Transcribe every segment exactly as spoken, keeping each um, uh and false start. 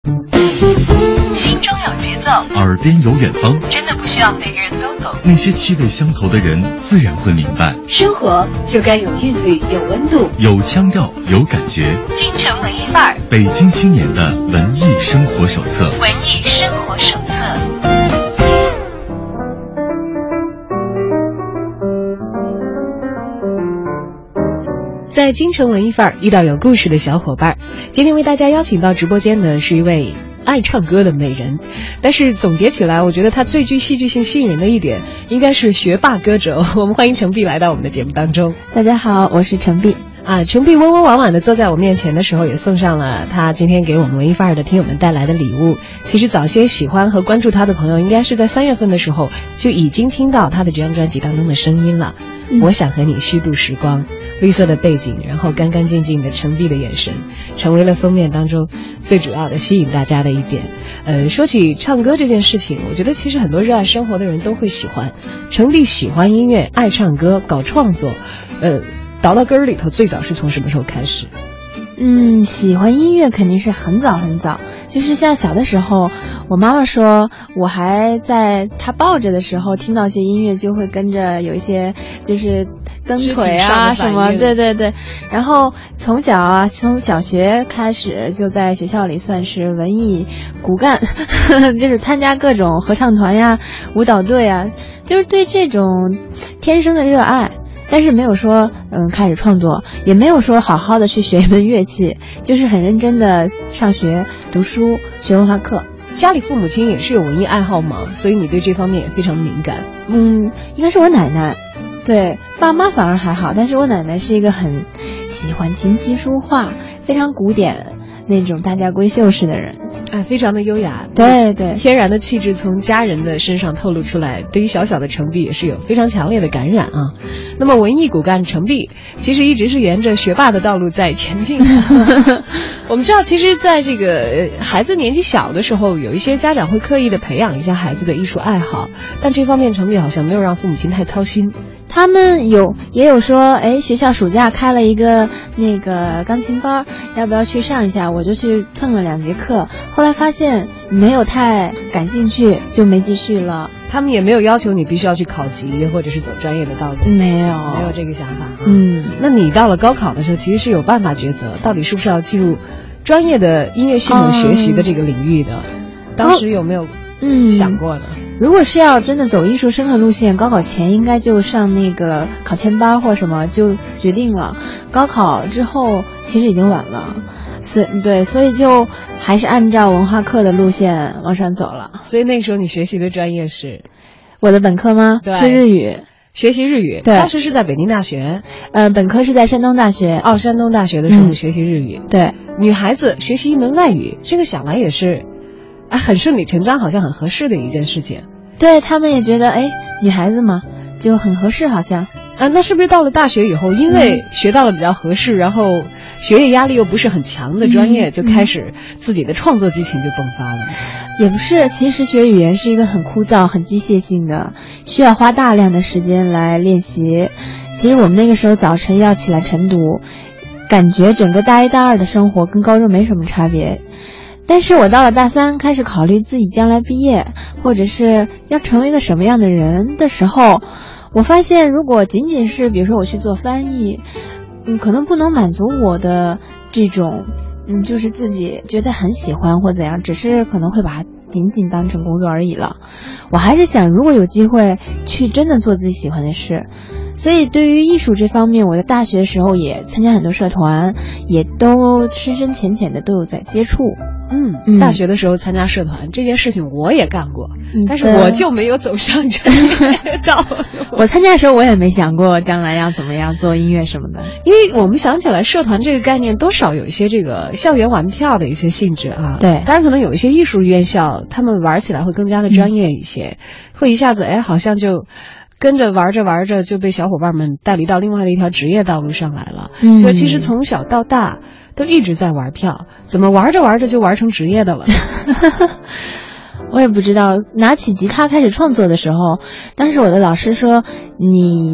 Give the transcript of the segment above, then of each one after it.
心中有节奏， 耳边有远方， 真的不需要每个人都懂。 那些气味相投的人自然会明白， 生活就该有韵律，有温度， 有腔调，有感觉。 京城文艺范儿， 北京青年的文艺生活手册。 文艺生活手册。在京城文艺范儿遇到有故事的小伙伴，今天为大家邀请到直播间的是一位爱唱歌的美人，但是总结起来，我觉得她最具戏剧性吸引人的一点，应该是学霸歌者。我们欢迎程璧来到我们的节目当中。 大家好，我是程璧。 啊，程璧温温婉婉的坐在我面前的时候，也送上了她今天给我们文艺范儿的听友们带来的礼物。其实早些喜欢和关注她的朋友，应该是在三月份的时候就已经听到她的这张专辑当中的声音了。嗯、我想和你虚度时光，绿色的背景，然后干干净净的程璧的眼神，成为了封面当中最主要的吸引大家的一点。呃，说起唱歌这件事情，我觉得其实很多热爱生活的人都会喜欢。程璧喜欢音乐，爱唱歌，搞创作，呃。倒到根儿里头，最早是从什么时候开始？ 嗯，喜欢音乐肯定是很早很早，就是像小的时候，我妈妈说我还在她抱着的时候，听到一些音乐就会跟着有一些就是蹬腿啊什么，对对对。然后从小啊，从小学开始就在学校里算是文艺骨干，就是参加各种合唱团呀、舞蹈队啊，就是对这种天生的热爱。但是没有说嗯开始创作，也没有说好好的去学一门乐器，就是很认真的上学读书学文化课。 家里父母亲也是有文艺爱好吗？所以你对这方面也非常敏感。 嗯，应该是我奶奶，对，爸妈反而还好，但是我奶奶是一个很喜欢琴棋书画，非常古典那种大家闺秀式的人。 哎，非常的优雅， 对对， 天然的气质从家人的身上透露出来，对于小小的程璧也是有非常强烈的感染啊。那么文艺骨干程璧其实一直是沿着学霸的道路在前进的。我们知道，其实在这个孩子年纪小的时候，有一些家长会刻意的培养一下孩子的艺术爱好，但这方面程璧好像没有让父母亲太操心。 他们有也有说，哎，学校暑假开了一个那个钢琴班，要不要去上一下？我就去蹭了两节课，后来发现没有太感兴趣，就没继续了。 他们也没有要求你必须要去考级或者是走专业的道路， 没有， 没有这个想法。 嗯， 那你到了高考的时候，其实是有办法抉择，到底是不是要进入专业的音乐系统学习的这个领域的？嗯、当时有没有嗯想过的？ 如果是要真的走艺术生的路线，高考前应该就上那个考前班或什么就决定了。高考之后其实已经晚了，所以对，所以就还是按照文化课的路线往上走了。 所以那个时候你学习的专业是？ 我的本科吗？ 对， 是日语。 学习日语， 对， 当时是在北京大学， 呃，本科是在山东大学。 哦，山东大学的时候学习日语， 嗯、对， 女孩子学习一门外语，这个想来也是。啊，很顺理成章，好像很合适的一件事情。 对，他们也觉得，哎，女孩子嘛，就很合适，好像。 啊，那是不是到了大学以后，因为学到了比较合适，嗯、然后学业压力又不是很强的专业，嗯、就开始自己的创作激情就迸发了？ 也不是，其实学语言是一个很枯燥、很机械性的，需要花大量的时间来练习。其实我们那个时候早晨要起来晨读，感觉整个大一大二的生活跟高中没什么差别。但是我到了大三，开始考虑自己将来毕业，或者是要成为一个什么样的人的时候，我发现如果仅仅是比如说我去做翻译，嗯，可能不能满足我的这种，嗯，就是自己觉得很喜欢或怎样，只是可能会把它仅仅当成工作而已了。我还是想，如果有机会去真的做自己喜欢的事。所以对于艺术这方面，我在大学的时候也参加很多社团，也都深深浅浅的都有在接触。 嗯，嗯大学的时候参加社团这件事情我也干过，嗯、但是我就没有走上这道路。 我参加的时候我也没想过将来要怎么样做音乐什么的， 因为我们想起来社团这个概念多少有一些这个校园玩票的一些性质啊。 对， 当然可能有一些艺术院校他们玩起来会更加的专业一些，嗯、会一下子哎好像就跟着玩着玩着就被小伙伴们带离到另外的一条职业道路上来了。嗯、所以其实从小到大都一直在玩票，怎么玩着玩着就玩成职业的了？ 我也不知道。拿起吉他开始创作的时候，当时我的老师说，你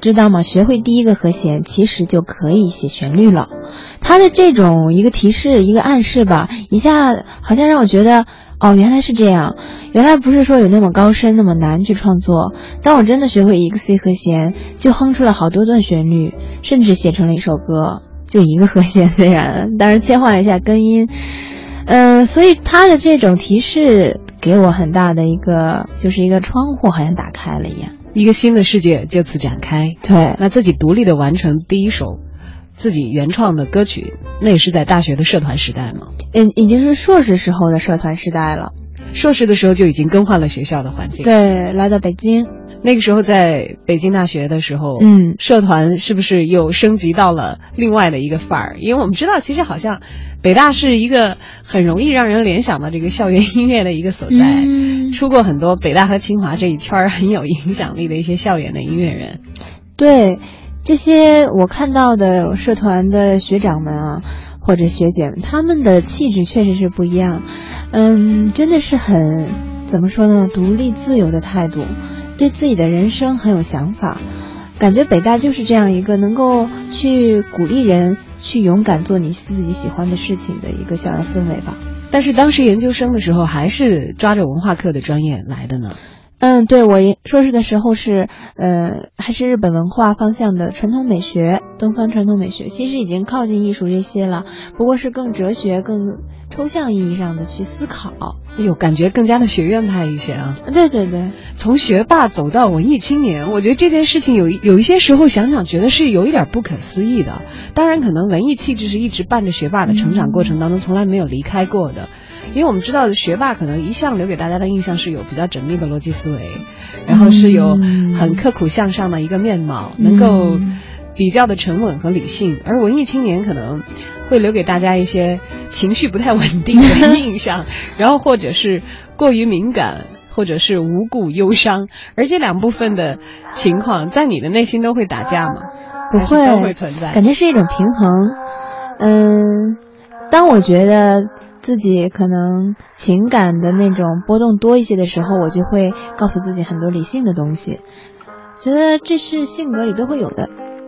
知道吗？学会第一个和弦，其实就可以写旋律了。他的这种一个提示，一个暗示吧，一下好像让我觉得，哦，原来是这样，原来不是说有那么高深那么难去创作。当我真的学会一个 C 和弦，就哼出了好多段旋律，甚至写成了一首歌，就一个和弦，虽然当然切换了一下根音，嗯、呃，所以他的这种提示给我很大的一个，就是一个窗户好像打开了一样， 一个新的世界就此展开。 对， 那自己独立的完成第一首自己原创的歌曲，那也是在大学的社团时代吗？ 嗯，已经是硕士时候的社团时代了。 硕士的时候就已经更换了学校的环境。 对，来到北京。 那个时候在北京大学的时候， 嗯， 社团是不是又升级到了另外的一个范儿？因为我们知道，其实好像北大是一个很容易让人联想到这个校园音乐的一个所在， 嗯、 出过很多北大和清华这一圈很有影响力的一些校园的音乐人。 对，这些我看到的社团的学长们啊，或者学姐们，他们的气质确实是不一样。嗯，真的是很怎么说呢，独立自由的态度，对自己的人生很有想法。感觉北大就是这样一个能够去鼓励人去勇敢做你自己喜欢的事情的一个校园氛围吧。 但是当时研究生的时候还是抓着文化课的专业来的呢？ 嗯，对，我硕士的时候是呃还是日本文化方向的传统美学，东方传统美学，其实已经靠近艺术这些了，不过是更哲学更抽象意义上的去思考。 哎呦，感觉更加的学院派一些啊。 对对对， 从学霸走到文艺青年，我觉得这件事情有有一些时候想想觉得是有一点不可思议的。当然可能文艺气质是一直伴着学霸的成长过程当中从来没有离开过的，因为我们知道学霸可能一向留给大家的印象是有比较缜密的逻辑思维，然后是有很刻苦向上的一个面貌，能够比较的沉稳和理性，而文艺青年可能会留给大家一些情绪不太稳定的印象然后或者是过于敏感，或者是无故忧伤，而这两部分的情况在你的内心都会打架吗？ 不会， 都会存在， 感觉是一种平衡。嗯，当我觉得自己可能情感的那种波动多一些的时候，我就会告诉自己很多理性的东西，觉得这是性格里都会有的。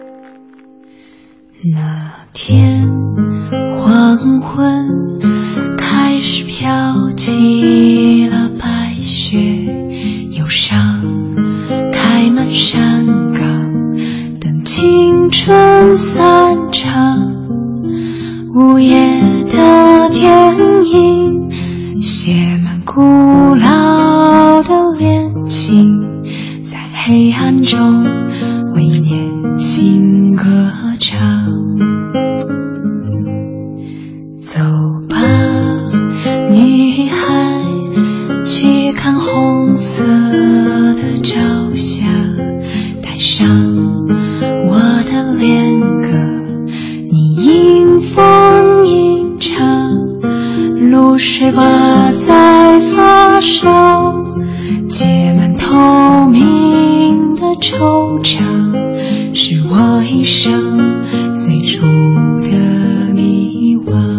那天黄昏开始飘起了白雪，忧伤开满山岗，等青春散场。午夜的电影写满古老的恋情，在黑暗中为年轻歌唱。走吧，女孩，去看红色的朝霞，带上我的恋歌，你迎风吟唱，露水挂在发梢，结满透明的惆怅，是我一生最初的迷惘。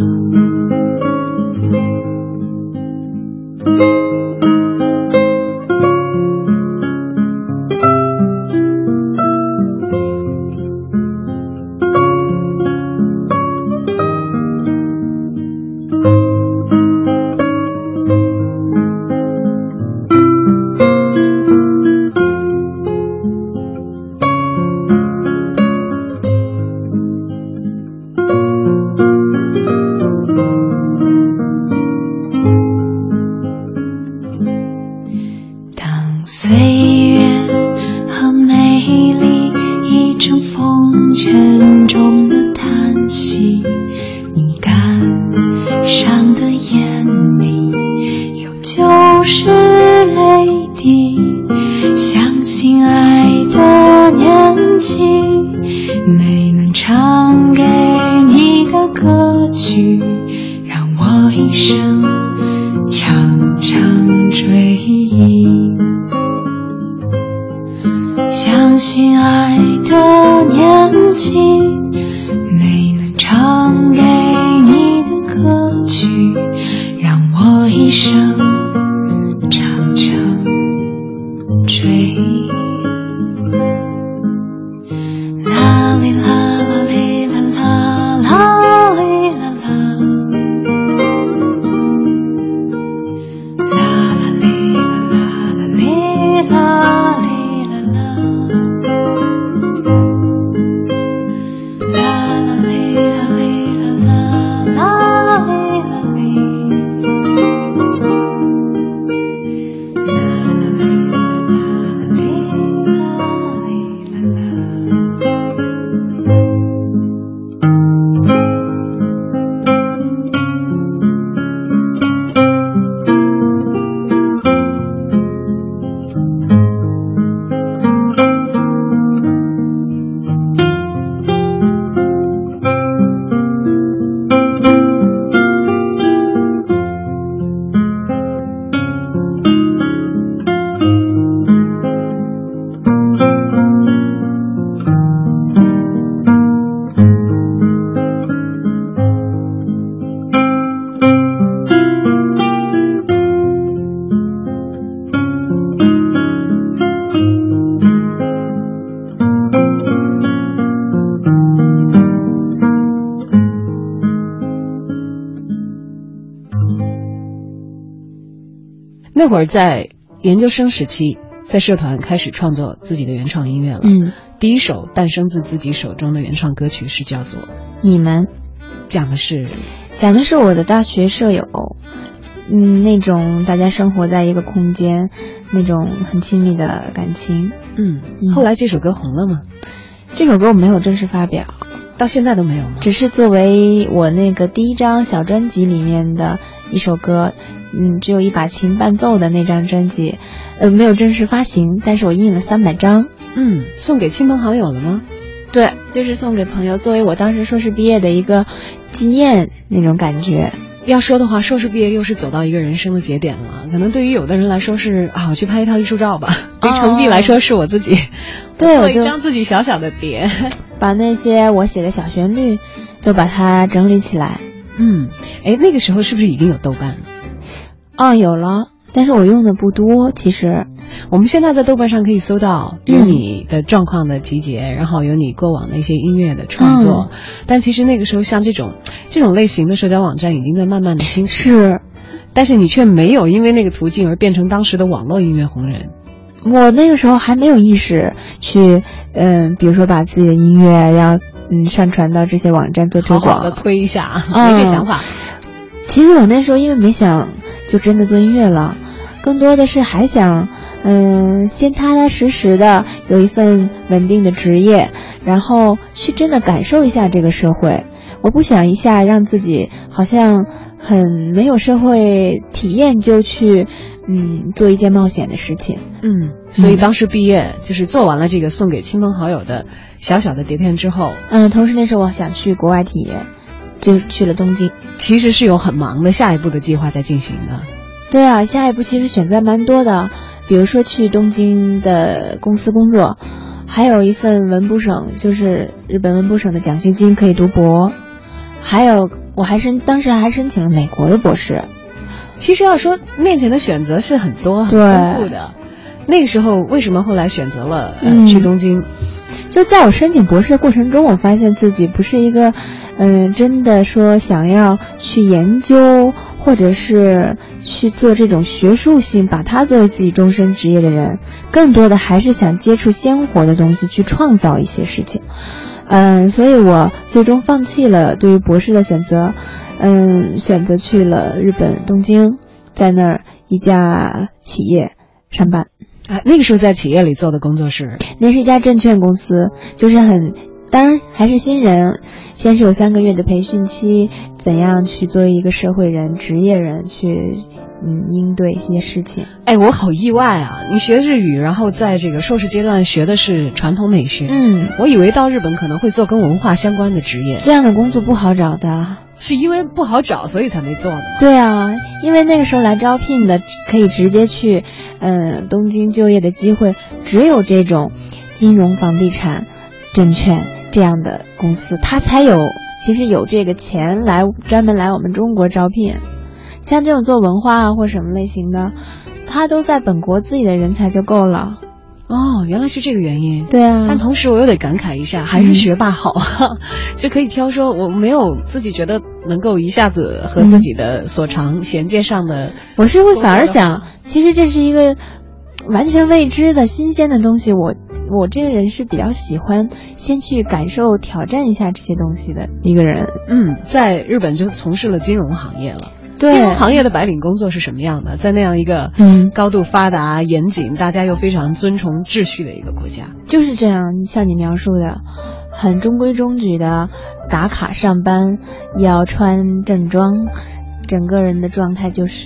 那会儿在研究生时期，在社团开始创作自己的原创音乐了。 嗯， 第一首诞生自自己手中的原创歌曲是叫做《 你们》， 讲的是讲的是我的大学舍友，嗯，那种大家生活在一个空间，那种很亲密的感情。 嗯， 嗯后来这首歌红了吗？ 这首歌我没有正式发表， 到现在都没有吗？ 只是作为我那个第一张小专辑里面的一首歌，嗯，只有一把琴伴奏的那张专辑，呃，没有正式发行，但是我印了三百张。 嗯，送给亲朋好友了吗？ 对，就是送给朋友，作为我当时硕士毕业的一个纪念那种感觉。 要说的话，硕士毕业又是走到一个人生的节点了。可能对于有的人来说是啊，我去拍一套艺术照吧；对程璧来说是我自己， 对， 做一张自己小小的碟， 把那些我写的小旋律都把它整理起来。 嗯，哎，那个时候是不是已经有豆瓣了？ 哦，有了，但是我用的不多，其实。 我们现在在豆瓣上可以搜到有你的状况的集结，嗯、然后有你过往的一些音乐的创作，嗯、但其实那个时候像这种这种类型的社交网站已经在慢慢的兴起， 是， 但是你却没有因为那个途径而变成当时的网络音乐红人。 我那个时候还没有意识去，嗯，比如说把自己的音乐要嗯上传到这些网站做推广， 好好的推一下， 嗯、 没这想法。 其实我那时候因为没想就真的做音乐了，更多的是还想。嗯，先踏踏实实的有一份稳定的职业，然后去真的感受一下这个社会。我不想一下让自己好像很没有社会体验就去嗯做一件冒险的事情。 嗯，所以当时毕业、嗯、就是做完了这个送给亲朋好友的小小的碟片之后， 嗯，同时那时候我想去国外体验，就去了东京。 其实是有很忙的下一步的计划在进行的。 对啊，下一步其实选择蛮多的。比如说去东京的公司工作，还有一份文部省，就是日本文部省的奖学金可以读博，还有我还申当时还申请了美国的博士。 其实要说面前的选择是很多很丰富的。那个时候为什么后来选择了、呃嗯、去东京？ 就在我申请博士的过程中，我发现自己不是一个嗯、呃、真的说想要去研究或者是去做这种学术性把它作为自己终身职业的人，更多的还是想接触鲜活的东西，去创造一些事情。嗯，所以我最终放弃了对于博士的选择，嗯，选择去了日本东京，在那儿一家企业上班。 啊，那个时候在企业里做的工作是？ 那是一家证券公司，就是很，当然还是新人，先是有三个月的培训期，怎样去作为一个社会人、职业人去，嗯，应对一些事情。 哎，我好意外啊！你学日语，然后在这个硕士阶段学的是传统美学， 嗯， 我以为到日本可能会做跟文化相关的职业。 这样的工作不好找的。 是因为不好找，所以才没做的。 对啊，因为那个时候来招聘的可以直接去嗯东京就业的机会只有这种金融房地产证券这样的公司，它才有其实有这个钱来专门来我们中国招聘。像这种做文化啊或什么类型的，它都在本国自己的人才就够了。 哦，原来是这个原因。 对啊， 但同时我又得感慨一下，还是学霸好，嗯、就可以挑说我没有自己觉得能够一下子和自己的所长衔接上的。 我是会反而想，其实这是一个完全未知的新鲜的东西，我我这个人是比较喜欢先去感受挑战一下这些东西的一个人。 嗯，在日本就从事了金融行业了。 对， 金融行业的白领工作是什么样的？在那样一个嗯高度发达、严谨，大家又非常尊崇秩序的一个国家， 就是这样。像你描述的，很中规中矩的打卡上班，要穿正装，整个人的状态就是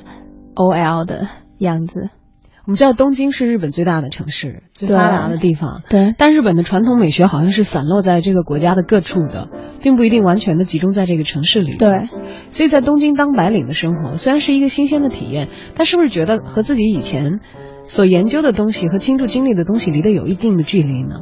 O L 的样子。 我们知道东京是日本最大的城市，最发达的地方。 对， 但日本的传统美学好像是散落在这个国家的各处的，并不一定完全的集中在这个城市里。 对， 所以在东京当白领的生活虽然是一个新鲜的体验，但是不是觉得和自己以前所研究的东西和倾注精力的东西离得有一定的距离呢？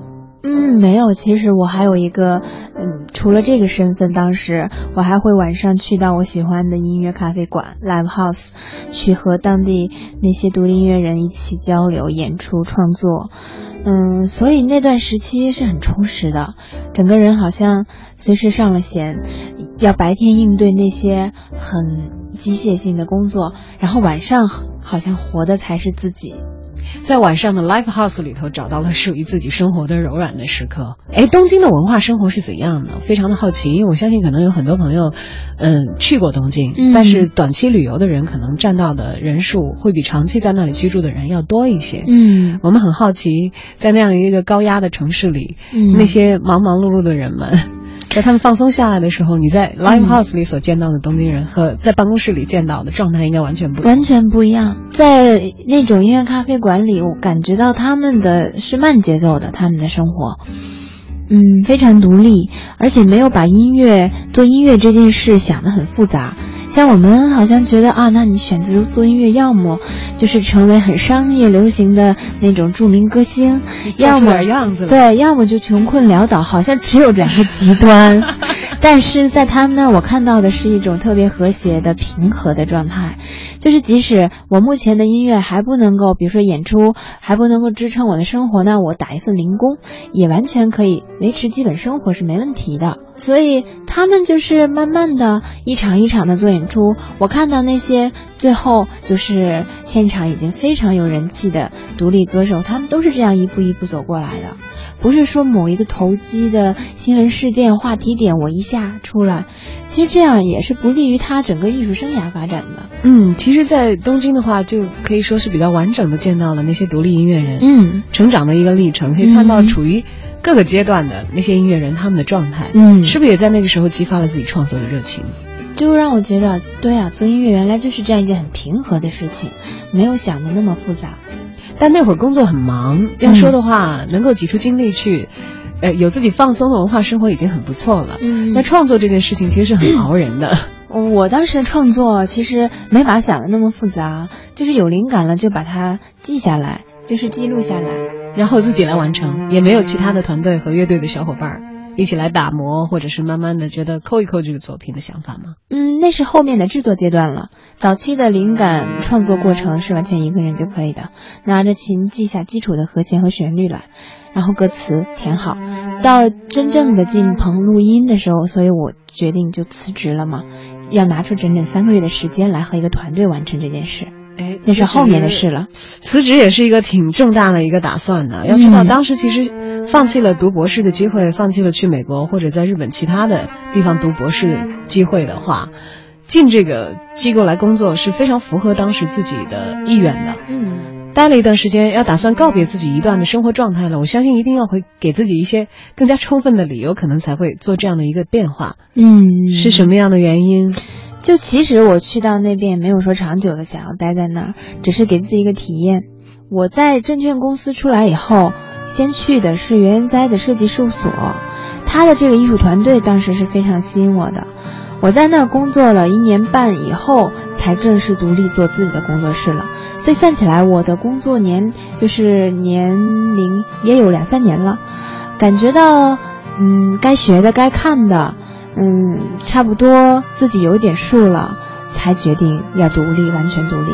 嗯，没有，其实我还有一个，嗯，除了这个身份，当时我还会晚上去到我喜欢的音乐咖啡馆 live house， 去和当地那些独立音乐人一起交流、演出、创作。嗯，所以那段时期是很充实的，整个人好像随时上了弦，要白天应对那些很机械性的工作，然后晚上好像活的才是自己。 在晚上的 live house 里头找到了属于自己生活的柔软的时刻。哎，东京的文化生活是怎样的？非常的好奇，因为我相信可能有很多朋友，嗯，去过东京，嗯、但是短期旅游的人可能占到的人数会比长期在那里居住的人要多一些。 嗯， 我们很好奇，在那样一个高压的城市里，嗯、那些忙忙碌碌的人们。在他们放松下来的时候，你在 live house 里所见到的东京人和在办公室里见到的状态应该完全不同。 完全不一样。在那种音乐咖啡馆里，我感觉到他们的是慢节奏的，他们的生活嗯，非常独立，而且没有把音乐做音乐这件事想得很复杂。像我们好像觉得啊，那你选择做音乐，要么就是成为很商业流行的那种著名歌星，要么样子对，要么就穷困潦倒，好像只有两个极端。但是在他们那儿，我看到的是一种特别和谐的、平和的状态。就是即使我目前的音乐还不能够，比如说演出还不能够支撑我的生活，那我打一份零工也完全可以维持基本生活，是没问题的。所以他们就是慢慢的一场一场的做演出，我看到那些最后就是现场已经非常有人气的独立歌手，他们都是这样一步一步走过来的，不是说某一个投机的新闻事件话题点我一下出来，其实这样也是不利于他整个艺术生涯发展的。 嗯，其实在东京的话就可以说是比较完整的见到了那些独立音乐人嗯成长的一个历程，可以看到处于各个阶段的那些音乐人他们的状态， 嗯， 是不是也在那个时候激发了自己创作的热情？ 就让我觉得对啊，做音乐原来就是这样一件很平和的事情，没有想的那么复杂。 但那会儿工作很忙，要说的话、嗯、能够挤出精力去呃，有自己放松的文化生活已经很不错了。 嗯， 那创作这件事情其实是很熬人的。 我当时的创作其实没把想的那么复杂，就是有灵感了就把它记下来，就是记录下来， 然后自己来完成，也没有其他的团队和乐队的小伙伴一起来打磨，或者是慢慢的觉得抠一抠这个作品的想法吗？ 嗯，那是后面的制作阶段了。早期的灵感创作过程是完全一个人就可以的，拿着琴记下基础的和弦和旋律来，然后歌词填好。到真正的进棚录音的时候，所以我决定就辞职了嘛，要拿出整整三个月的时间来和一个团队完成这件事。 哎， 那是后面的事了。 辞职也是一个挺重大的一个打算的。要知道，当时其实放弃了读博士的机会，放弃了去美国或者在日本其他的地方读博士的机会的话，进这个机构来工作是非常符合当时自己的意愿的。 嗯， 待了一段时间，要打算告别自己一段的生活状态了，我相信一定要会给自己一些更加充分的理由，可能才会做这样的一个变化。 嗯， 是什么样的原因？ 就其实我去到那边也没有说长久的想要待在那儿，只是给自己一个体验。我在证券公司出来以后，先去的是袁元哉的设计事务所，他的这个艺术团队当时是非常吸引我的。我在那儿工作了一年半以后，才正式独立做自己的工作室了。所以算起来，我的工作年就是年龄也有两三年了，感觉到嗯，该学的该看的嗯，差不多自己有点数了，才决定要独立，完全独立。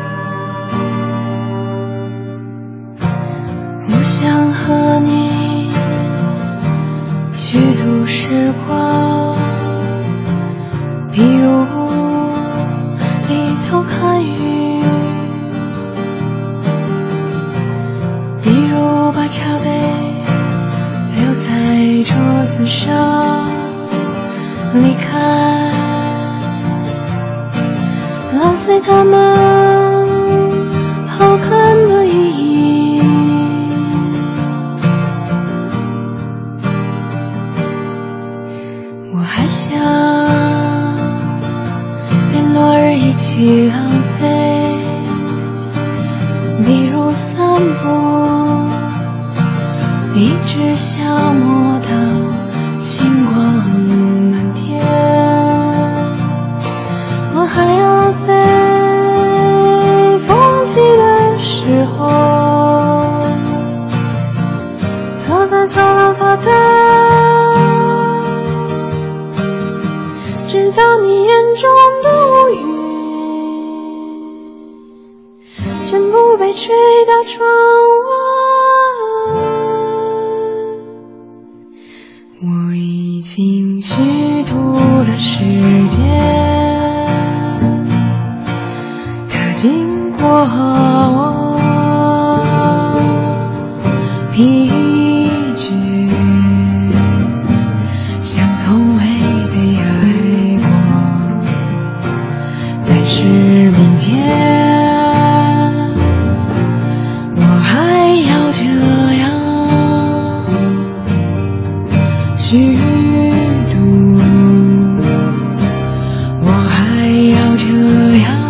我想和你虚度时光，比如低头看雨，比如把茶杯留在桌子上离开，浪费它们好看的意义。我还想连落日一起浪费，比如散步，一直消磨到星光满天。我还要在风起的时候坐在走廊被吹到窗外，我已经虚度了时间，它经过我疲倦，像从未被爱过，但是明天我还要这样虚度，我还要这样。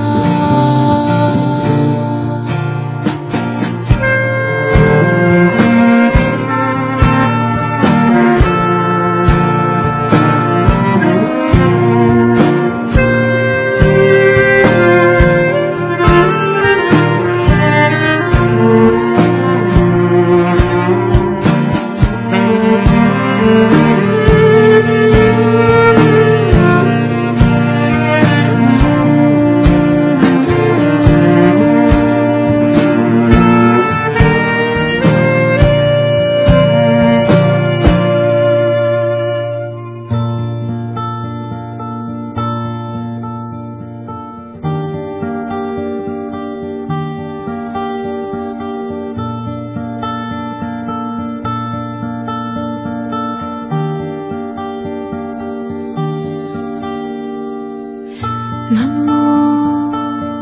满目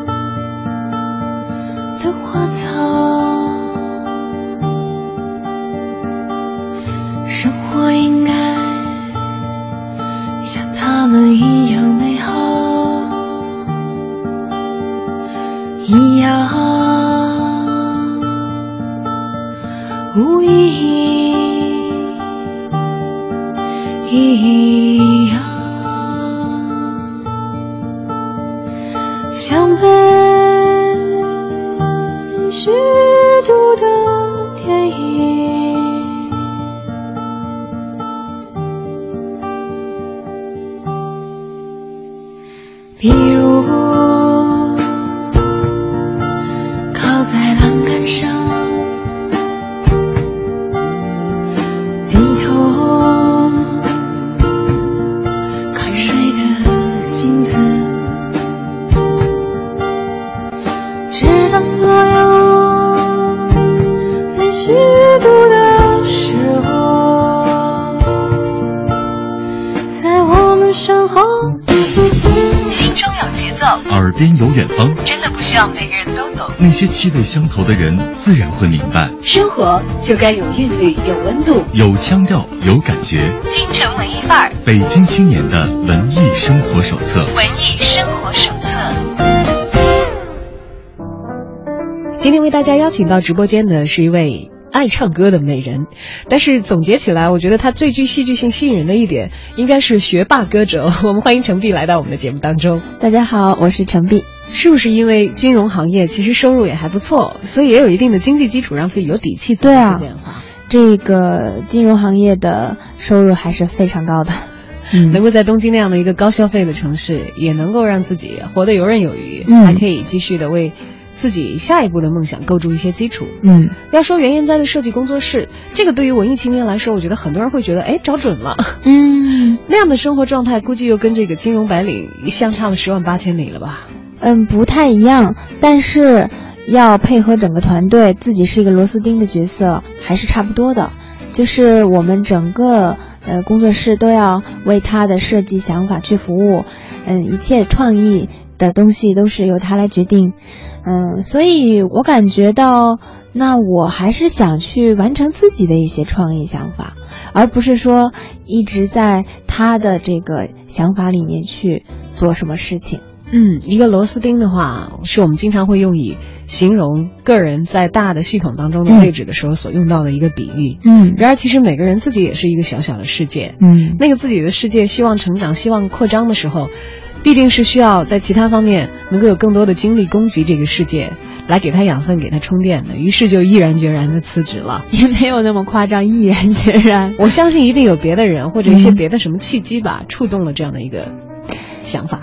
的花草，生活应该像他们一样美好，一样无意义，一样像被虚度的电影，比如靠在栏杆上，低头看水的镜子，直到所有被虚度的时候，在我们身后。 心中有节奏， 耳边有远方， 真的不需要每个人都懂。 那些气味相投的人自然会明白， 生活就该有韵律，有温度， 有腔调，有感觉。 京城文艺范儿， 北京青年的文艺生活手册。 文艺生活手册。今天为大家邀请到直播间的是一位爱唱歌的美人，但是总结起来，我觉得她最具戏剧性吸引人的一点，应该是学霸歌者。我们欢迎程璧来到我们的节目当中。 大家好，我是程璧。 是不是因为金融行业其实收入也还不错，所以也有一定的经济基础，让自己有底气做这些变化？ 这个金融行业的收入还是非常高的。嗯， 能够在东京那样的一个高消费的城市，也能够让自己活得游刃有余， 嗯， 还可以继续的为自己下一步的梦想构筑一些基础。 嗯， 要说袁研哉的设计工作室，这个对于文艺青年来说，我觉得很多人会觉得，哎，找准了。 嗯， 那样的生活状态，估计又跟这个金融白领相差了十万八千里了吧？ 嗯，不太一样，但是要配合整个团队，自己是一个螺丝钉的角色，还是差不多的。就是我们整个呃工作室都要为他的设计想法去服务，嗯，一切创意的东西都是由他来决定，嗯，所以我感觉到，那我还是想去完成自己的一些创意想法，而不是说一直在他的这个想法里面去做什么事情。 嗯，一个螺丝钉的话，是我们经常会用以形容个人在大的系统当中的位置的时候所用到的一个比喻。 嗯， 然而其实每个人自己也是一个小小的世界。 嗯， 那个自己的世界希望成长、希望扩张的时候，必定是需要在其他方面能够有更多的精力供给这个世界，来给他养分、给他充电的。于是就毅然决然的辞职了。 也没有那么夸张，毅然决然。 我相信一定有别的人或者一些别的什么契机吧，嗯、触动了这样的一个想法。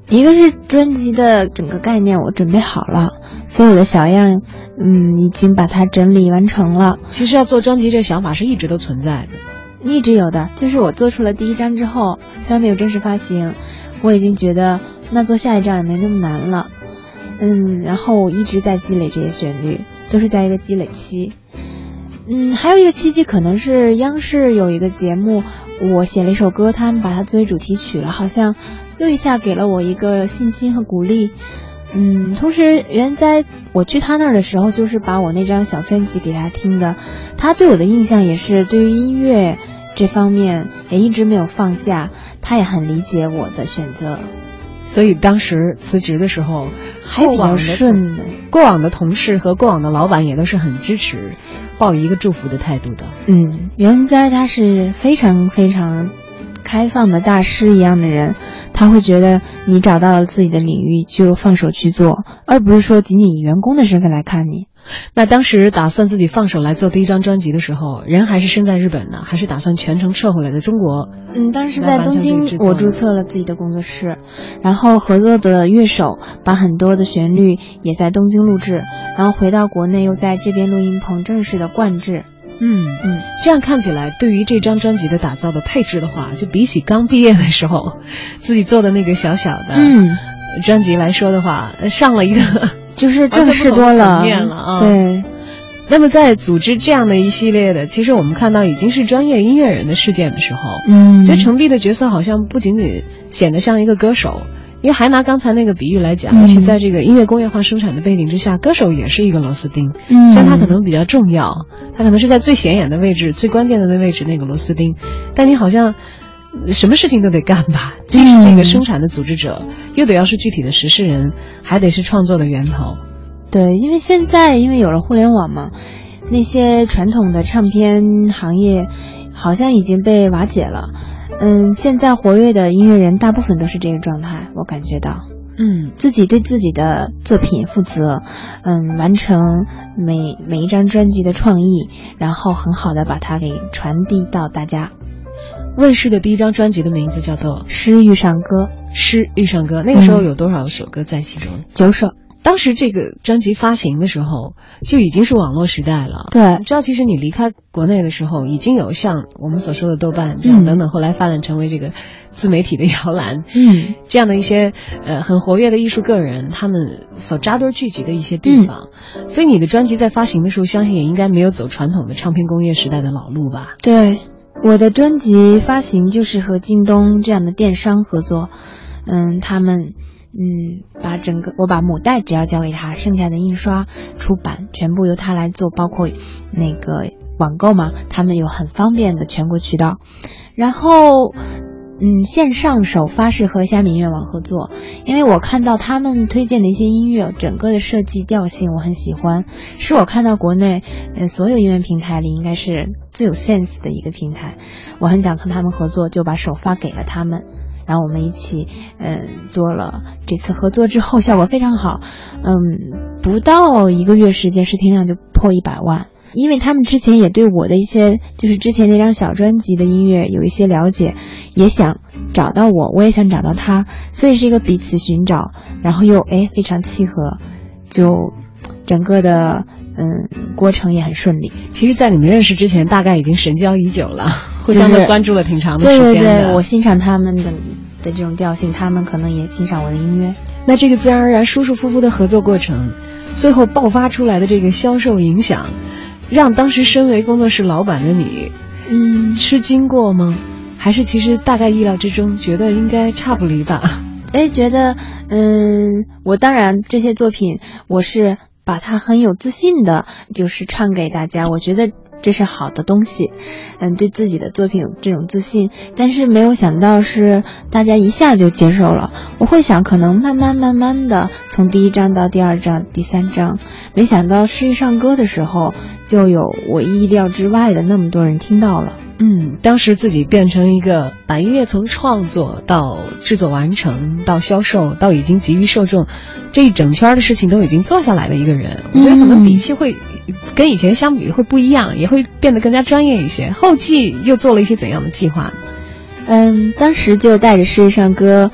一个是专辑的整个概念我准备好了，所有的小样嗯已经把它整理完成了。 其实要做专辑这想法是一直都存在的， 一直有的，就是我做出了第一张之后，虽然没有正式发行，我已经觉得那做下一张也没那么难了。嗯，然后我一直在积累这些旋律，都是在一个积累期。嗯，还有一个契机可能是央视有一个节目，我写了一首歌，他们把它作为主题曲了，好像又一下给了我一个信心和鼓励。嗯，同时原在我去他那儿的时候，就是把我那张小专辑给他听的，他对我的印象也是对于音乐这方面也一直没有放下，他也很理解我的选择。 所以当时辞职的时候还比较顺的， 过往的同事和过往的老板也都是很支持，抱一个祝福的态度的。 嗯，原在他是非常非常开放的大师一样的人，他会觉得你找到了自己的领域就放手去做，而不是说仅仅以员工的身份来看你。 那当时打算自己放手来做第一张专辑的时候，人还是身在日本呢，还是打算全程撤回来的中国？ 嗯，当时在东京我注册了自己的工作室，然后合作的乐手把很多的旋律也在东京录制，然后回到国内又在这边录音棚正式的灌制。 嗯嗯，这样看起来，对于这张专辑的打造的配置的话，就比起刚毕业的时候自己做的那个小小的嗯专辑来说的话，上了一个就是正式多了。 了啊。 对。 那么在组织这样的一系列的，其实我们看到已经是专业音乐人的事件的时候，嗯，觉得程璧的角色好像不仅仅显得像一个歌手。因为还拿刚才那个比喻来讲，也许在这个音乐工业化生产的背景之下，歌手也是一个螺丝钉。嗯，虽然他可能比较重要，他可能是在最显眼的位置、最关键的那位置那个螺丝钉，但你好像什么事情都得干吧，既是这个生产的组织者，又得要是具体的实施人，还得是创作的源头。 对，因为现在因为有了互联网嘛，那些传统的唱片行业好像已经被瓦解了。嗯，现在活跃的音乐人大部分都是这个状态，我感觉到，嗯，自己对自己的作品负责，嗯，完成每每一张专辑的创意，然后很好的把它给传递到大家。 问世的第一张专辑的名字叫做《 诗遇上歌》， 诗遇上歌，那个时候有多少首歌在其中？ 九首。 当时这个专辑发行的时候就已经是网络时代了。 对， 知道其实你离开国内的时候已经有像我们所说的豆瓣这样等等，后来发展成为这个自媒体的摇篮，嗯，这样的一些呃很活跃的艺术个人，他们所扎堆聚集的一些地方。嗯，所以你的专辑在发行的时候，相信也应该没有走传统的唱片工业时代的老路吧？ 对，我的专辑发行就是和京东这样的电商合作，嗯，他们。嗯，把整个我把母带只要交给他，剩下的印刷出版全部由他来做，包括那个网购嘛，他们有很方便的全国渠道。然后嗯，线上首发是和虾米音乐网合作，因为我看到他们推荐的一些音乐，整个的设计调性我很喜欢，是我看到国内呃所有音乐平台里应该是最有 sense 的一个平台，我很想和他们合作，就把首发给了他们。然后我们一起嗯做了这次合作之后效果非常好，嗯不到一个月时间试听量就破一百万，因为他们之前也对我的一些就是之前那张小专辑的音乐有一些了解，也想找到我，我也想找到他，所以是一个彼此寻找，然后又哎非常契合，就整个的嗯过程也很顺利。 其实在你们认识之前大概已经神交已久了，互相的关注了挺长的时间的。 对对对，我欣赏他们的的这种调性，他们可能也欣赏我的音乐。 那这个自然而然舒舒服服的合作过程，最后爆发出来的这个销售影响，让当时身为工作室老板的你嗯吃惊过吗？还是其实大概意料之中，觉得应该差不离吧？ 哎，觉得嗯我当然这些作品我是把它很有自信的就是唱给大家，我觉得这是好的东西，嗯，对自己的作品有这种自信，但是没有想到是大家一下就接受了。我会想可能慢慢慢慢的从第一章到第二章第三章，没想到诗遇上歌的时候就有我意料之外的那么多人听到了。 嗯，当时自己变成一个把音乐从创作到制作完成到销售到已经集于受众这一整圈的事情都已经做下来的一个人，我觉得可能底气会跟以前相比会不一样，也会变得更加专业一些。后期又做了一些怎样的计划呢？ 嗯，当时就带着诗遇上歌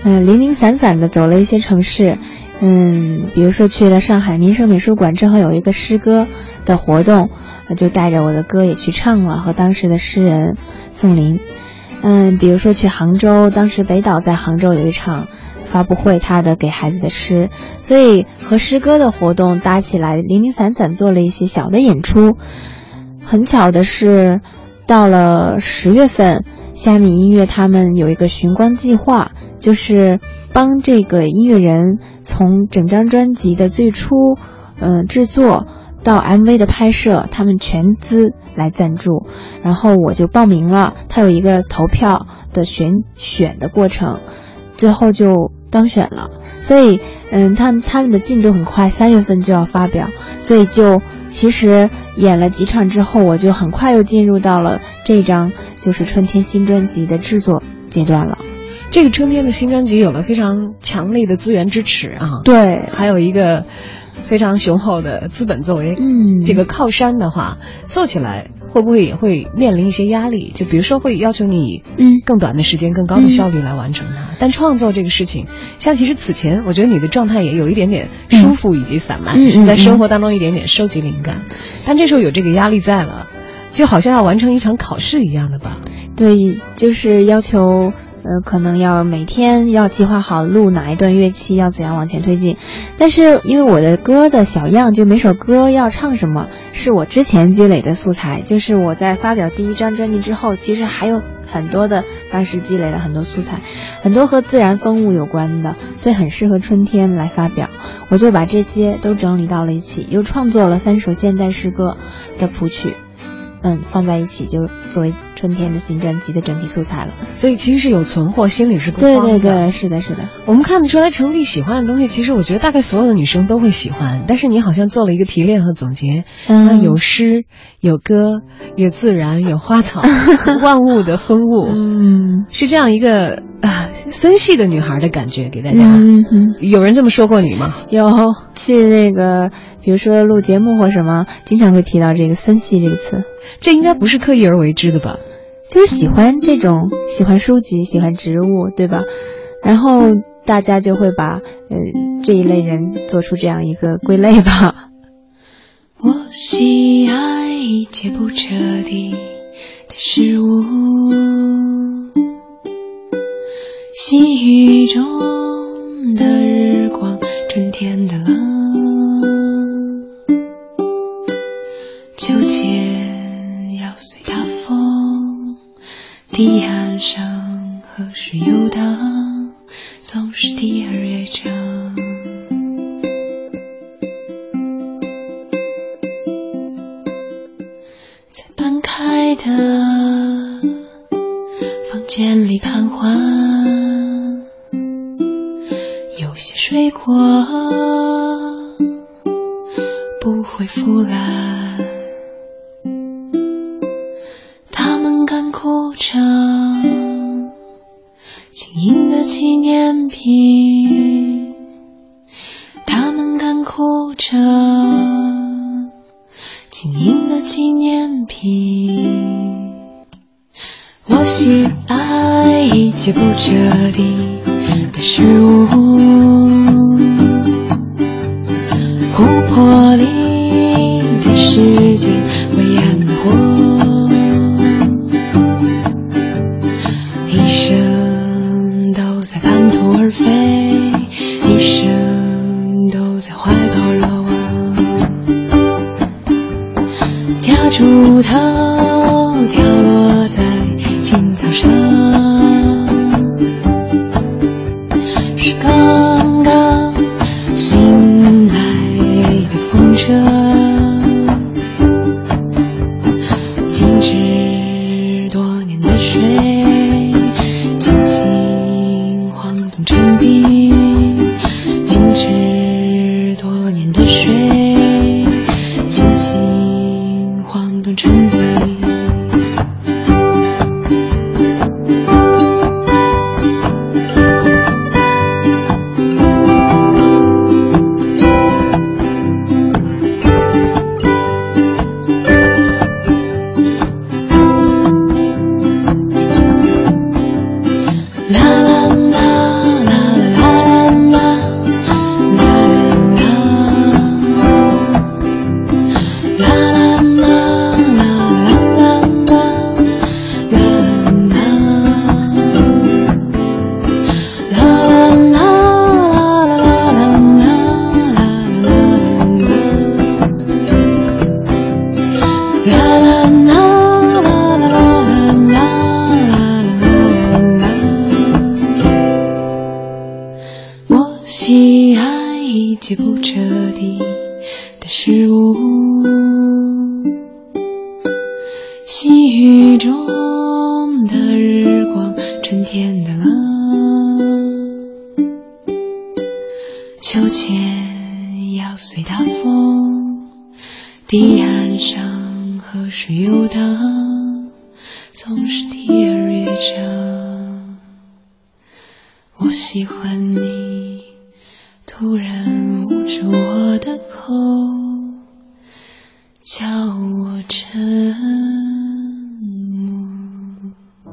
嗯、呃，零零散散的走了一些城市，嗯，比如说去了上海民生美术馆，正好有一个诗歌的活动，就带着我的歌也去唱了，和当时的诗人宋林。嗯，比如说去杭州，当时北岛在杭州有一场发布会，他的给孩子的诗，所以和诗歌的活动搭起来，零零散散做了一些小的演出。很巧的是，到了十月份，虾米音乐他们有一个寻光计划，就是帮这个音乐人从整张专辑的最初嗯、呃、制作到 M V 的拍摄，他们全资来赞助，然后我就报名了，他有一个投票的选选的过程，最后就当选了。所以嗯，他他们的进度很快，三月份就要发表，所以就其实演了几场之后，我就很快又进入到了这张就是春天新专辑的制作阶段了。 这个春天的新专辑有了非常强力的资源支持啊， 对， 还有一个非常雄厚的资本作为嗯这个靠山的话，做起来会不会也会面临一些压力？就比如说会要求你嗯更短的时间、更高的效率来完成它。嗯、但创作这个事情，像其实此前我觉得你的状态也有一点点舒服以及散漫， 嗯、 是在生活当中一点点收集灵感。嗯、但这时候有这个压力在了，就好像要完成一场考试一样的吧？ 对，就是要求。呃，可能要每天要计划好录哪一段乐器，要怎样往前推进。但是因为我的歌的小样，就每首歌要唱什么，是我之前积累的素材。就是我在发表第一张专辑之后，其实还有很多的当时积累了很多素材，很多和自然风物有关的，所以很适合春天来发表。我就把这些都整理到了一起，又创作了三首现代诗歌的谱曲。嗯，放在一起就作为春天的新专辑的整体素材了。 所以其实是有存货，心里是不慌的。 对对对，是的是的。 我们看得出来程璧喜欢的东西，其实我觉得大概所有的女生都会喜欢，但是你好像做了一个提炼和总结。嗯，有诗，有歌，有自然，有花草，万物的风物。嗯，是这样一个啊森系的女孩的感觉给大家。嗯嗯。有人这么说过你吗？ 有，去那个比如说录节目或什么，经常会提到这个森系这个词。 这应该不是刻意而为之的吧？ 就是喜欢这种，喜欢书籍，喜欢植物，对吧？然后大家就会把呃这一类人做出这样一个归类吧。 我喜爱一切不彻底的事物，细雨中的日光，春天的冷，秋千要随大风，堤岸上河水游荡，总是第二乐章。在半开的房间里盘桓，有些水果不会腐烂，他们干枯成轻盈的纪念品，他们干枯成轻盈的纪念品。我喜爱一切不彻底的事物，湖泊里的世界灰暗的火，一生都在半途而废，一生都在怀抱热望，夹竹头掉落在青草上，是刚刚醒来的风车，静止多年的水，轻轻晃动成冰，静止多年的水，轻轻晃动成冰。 地的事物，细雨中的日光，春天的冷，秋千摇随大风，堤岸上河水游荡，总是提而越长。我喜欢你突然捂住我的口，叫我沉默。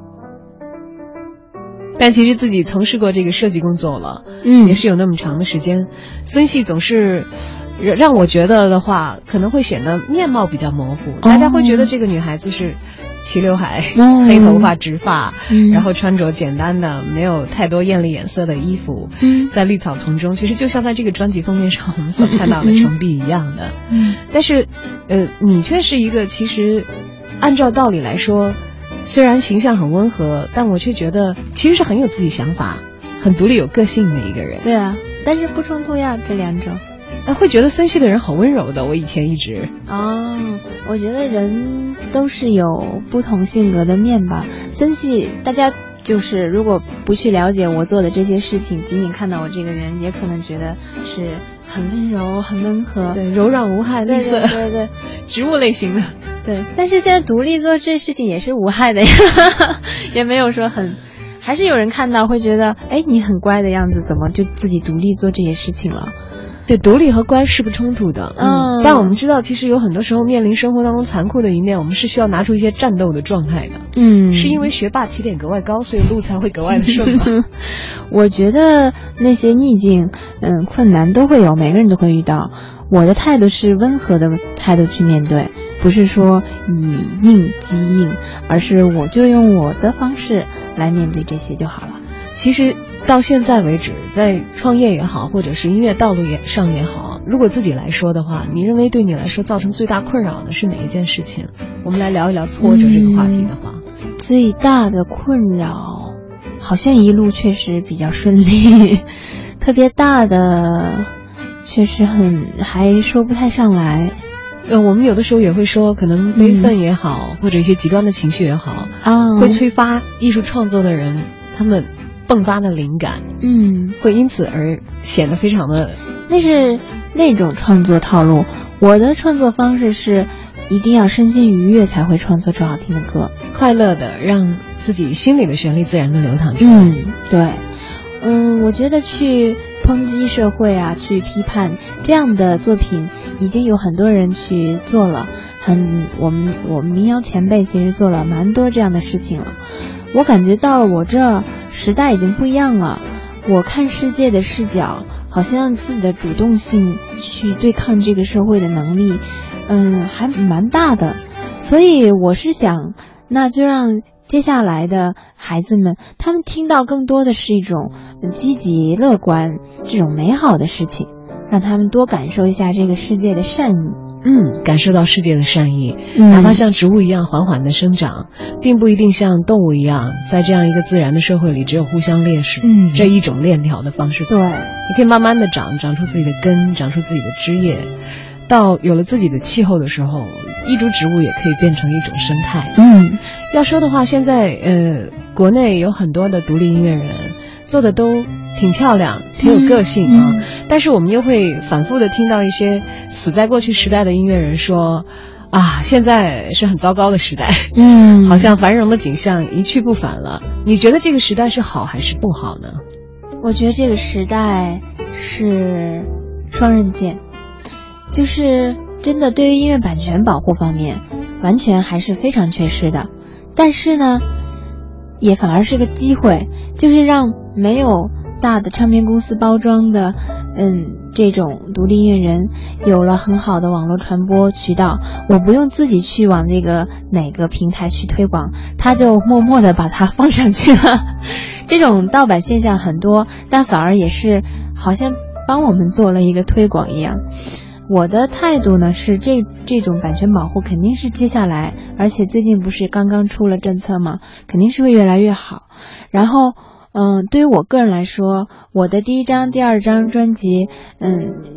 但其实自己从事过这个设计工作了， 嗯， 也是有那么长的时间。森系总是让我觉得的话，可能会显得面貌比较模糊，大家会觉得这个女孩子是齐刘海、 嗯、 黑头发、直发、 嗯， 然后穿着简单的、没有太多艳丽颜色的衣服， 嗯， 在绿草丛中，其实就像在这个专辑封面上我们所看到的程璧一样的。 嗯， 但是，呃，你却是一个其实按照道理来说，虽然形象很温和，但我却觉得其实是很有自己想法、很独立有个性的一个人。 对啊，但是不冲突呀，这两种。 哎，会觉得森系的人好温柔的，我以前一直。 哦，我觉得人都是有不同性格的面吧。森系大家就是如果不去了解我做的这些事情，仅仅看到我这个人，也可能觉得是很温柔、很温和， 对，柔软无害、绿色， 对对对对， 植物类型的。 对，但是现在独立做这事情也是无害的呀，也没有说很。还是有人看到会觉得，哎，你很乖的样子，怎么就自己独立做这些事情了？ 对，独立和乖是不冲突的，嗯，但我们知道，其实有很多时候面临生活当中残酷的一面，我们是需要拿出一些战斗的状态的， 嗯， 是因为学霸起点格外高，所以路才会格外的顺吗？ 我觉得那些逆境，嗯，困难都会有，每个人都会遇到。我的态度是温和的态度去面对，不是说以硬击硬，而是我就用我的方式来面对这些就好了。 其实到现在为止，在创业也好，或者是音乐道路也上也好，如果自己来说的话，你认为对你来说造成最大困扰的是哪一件事情？我们来聊一聊挫折这个话题的话， 嗯、最大的困扰好像一路确实比较顺利，特别大的确实很还说不太上来。 呃，我们有的时候也会说，可能悲愤也好，嗯、或者一些极端的情绪也好， 啊， 会催发艺术创作的人他们迸发的灵感， 嗯， 会因此而显得非常的。 那是那种创作套路。我的创作方式是一定要身心愉悦才会创作出好听的歌， 快乐的让自己心里的旋律自然的流淌出来。 嗯，对。嗯，我觉得去抨击社会啊，去批判这样的作品，已经有很多人去做了。很，我们我们民谣前辈其实做了蛮多这样的事情了。我感觉到了我这儿时代已经不一样了，我看世界的视角，好像自己的主动性去对抗这个社会的能力，嗯，还蛮大的。所以我是想，那就让接下来的孩子们，他们听到更多的是一种积极乐观这种美好的事情，让他们多感受一下这个世界的善意。 嗯，感受到世界的善意， 嗯、 哪怕像植物一样缓缓的生长，并不一定像动物一样，在这样一个自然的社会里只有互相猎食， 嗯， 这一种链条的方式。 对， 你可以慢慢的长，长出自己的根，长出自己的枝叶，到有了自己的气候的时候，一株植物也可以变成一种生态。 嗯， 要说的话，现在呃，国内有很多的独立音乐人做的都挺漂亮，挺有个性啊、 嗯嗯、 但是我们又会反复的听到一些死在过去时代的音乐人说啊，现在是很糟糕的时代， 嗯， 好像繁荣的景象一去不返了。你觉得这个时代是好还是不好呢？ 我觉得这个时代是双刃剑，就是真的对于音乐版权保护方面完全还是非常缺失的，但是呢也反而是个机会，就是让没有大的唱片公司包装的嗯，这种独立音乐人有了很好的网络传播渠道，我不用自己去往这个哪个平台去推广，他就默默的把它放上去了。这种盗版现象很多，但反而也是好像帮我们做了一个推广一样。我的态度呢是这这种版权保护肯定是接下来，而且最近不是刚刚出了政策嘛，肯定是会越来越好。然后嗯，对于我个人来说，我的第一张、第二张专辑，嗯，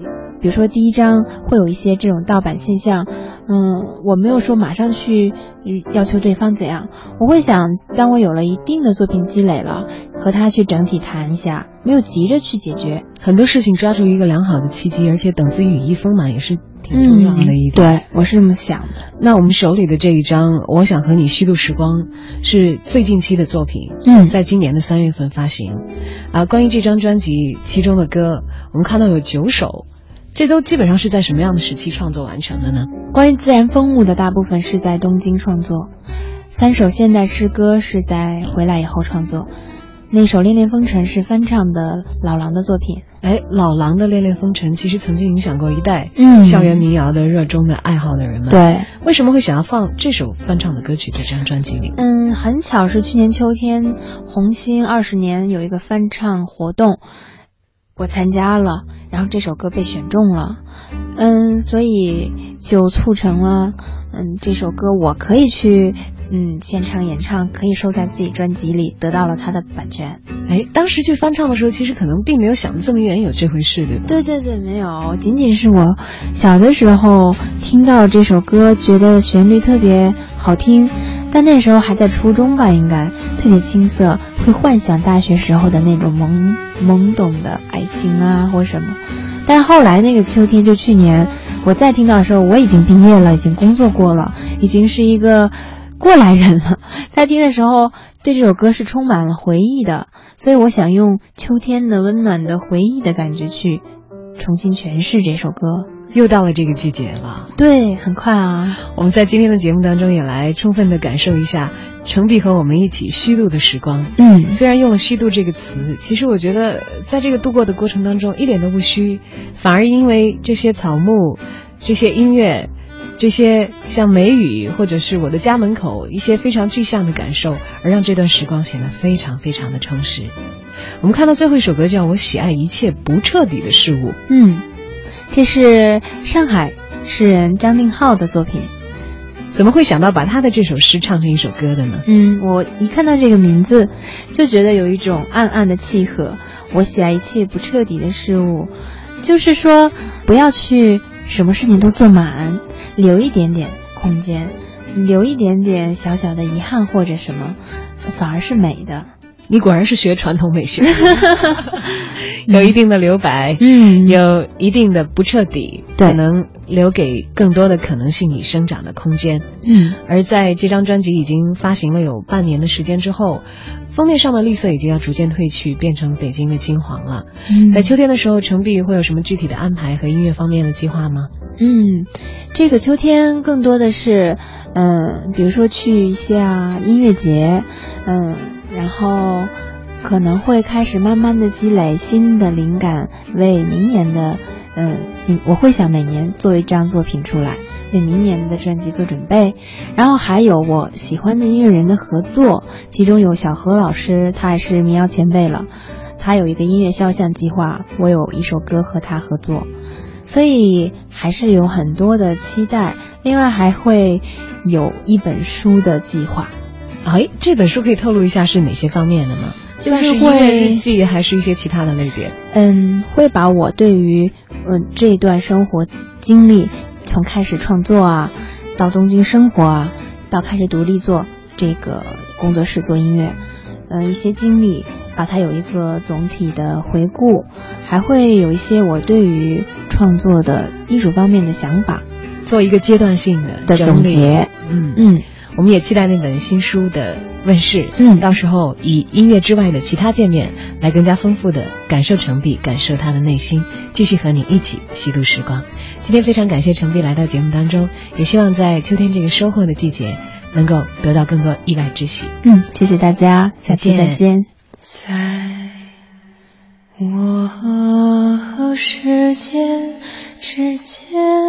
比如说第一章会有一些这种盗版现象，嗯，我没有说马上去要求对方怎样，我会想当我有了一定的作品积累了，和他去整体谈一下，没有急着去解决。 很多事情抓住一个良好的契机，而且等资羽翼丰满也是挺重要的一点。 嗯、对，我是这么想的。 那我们手里的这一张我想和你虚度时光是最近期的作品， 嗯， 在今年的三月份发行。啊，关于这张专辑其中的歌，我们看到有九首，这都基本上是在什么样的时期创作完成的呢？ 关于自然风物的大部分是在东京创作，三首现代诗歌是在回来以后创作，那首《恋恋风尘》是翻唱的老狼的作品。 哎，老狼的《恋恋风尘》其实曾经影响过一代嗯校园民谣的热衷的爱好的人们。 对， 为什么会想要放这首翻唱的歌曲在这张专辑里？ 嗯，很巧是去年秋天红星二十年有一个翻唱活动，我参加了，然后这首歌被选中了，嗯，所以就促成了，嗯，这首歌我可以去，嗯，现场演唱，可以收在自己专辑里，得到了它的版权。 哎，当时去翻唱的时候，其实可能并没有想的这么远，有这回事，对吧？ 对对对，没有，仅仅是我小的时候听到这首歌，觉得旋律特别好听，但那时候还在初中吧，应该特别青涩，会幻想大学时候的那种懵懵懂的爱情啊或什么。但是后来那个秋天，就去年我再听到的时候，我已经毕业了，已经工作过了，已经是一个过来人了。在听的时候对这首歌是充满了回忆的，所以我想用秋天的温暖的回忆的感觉去重新诠释这首歌。 又到了这个季节了， 对，很快啊。 我们在今天的节目当中也来充分的感受一下程璧和我们一起虚度的时光。 嗯， 虽然用了虚度这个词，其实我觉得在这个度过的过程当中一点都不虚，反而因为这些草木，这些音乐，这些像梅雨或者是我的家门口一些非常具象的感受，而让这段时光显得非常非常的充实。我们看到最后一首歌叫我喜爱一切不彻底的事物。 嗯，这是上海诗人张定浩的作品。 怎么会想到把他的这首诗唱成一首歌的呢？ 嗯，我一看到这个名字就觉得有一种暗暗的契合。我喜爱一切不彻底的事物，就是说不要去什么事情都做满，留一点点空间，留一点点小小的遗憾或者什么，反而是美的。 你果然是学传统美学有一定的留白， 嗯， 有一定的不彻底， 对， 可能留给更多的可能性你生长的空间。 嗯， 而在这张专辑已经发行了有半年的时间之后，封面上的绿色已经要逐渐褪去，变成北京的金黄了。 嗯， 在秋天的时候，程璧会有什么具体的安排和音乐方面的计划吗？ 嗯，这个秋天更多的是嗯，比如说去一下音乐节，嗯，然后可能会开始慢慢的积累新的灵感，为明年的嗯新我会想每年做一张作品出来，为明年的专辑做准备。然后还有我喜欢的音乐人的合作，其中有小何老师，他也是民谣前辈了，他有一个音乐肖像计划，我有一首歌和他合作，所以还是有很多的期待。另外还会有一本书的计划。 哎，这本书可以透露一下是哪些方面的呢？ 就是会音乐日记还是一些其他的类别？ 嗯，会把我对于嗯这一段生活经历，从开始创作啊，到东京生活啊，到开始独立做这个工作室做音乐，呃一些经历，把它有一个总体的回顾，还会有一些我对于创作的艺术方面的想法， 做一个阶段性的的总结。 嗯嗯， 我们也期待那本新书的问世。 嗯， 到时候以音乐之外的其他界面来更加丰富的感受程璧，感受他的内心，继续和你一起虚度时光。今天非常感谢程璧来到节目当中，也希望在秋天这个收获的季节能够得到更多意外之喜。 嗯，谢谢大家，下期再见。 在我和世界之间，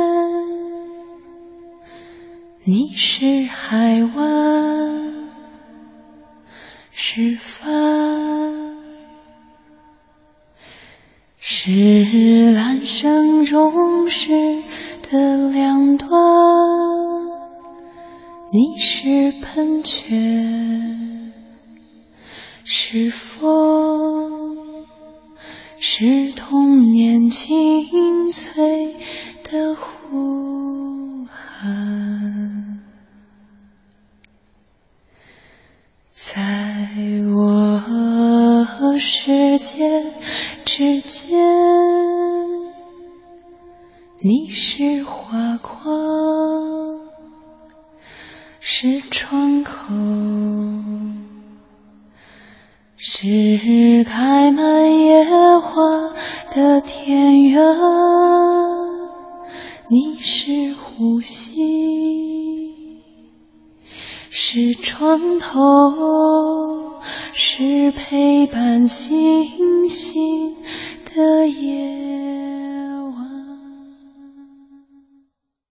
你是海湾，是帆，是缆绳中时的两端，你是喷泉，是风，是是童年清脆的呼喊，在我和世界之间，你是花框，是窗口，是开满野花的田园，你是呼吸，是床头，是陪伴星星的夜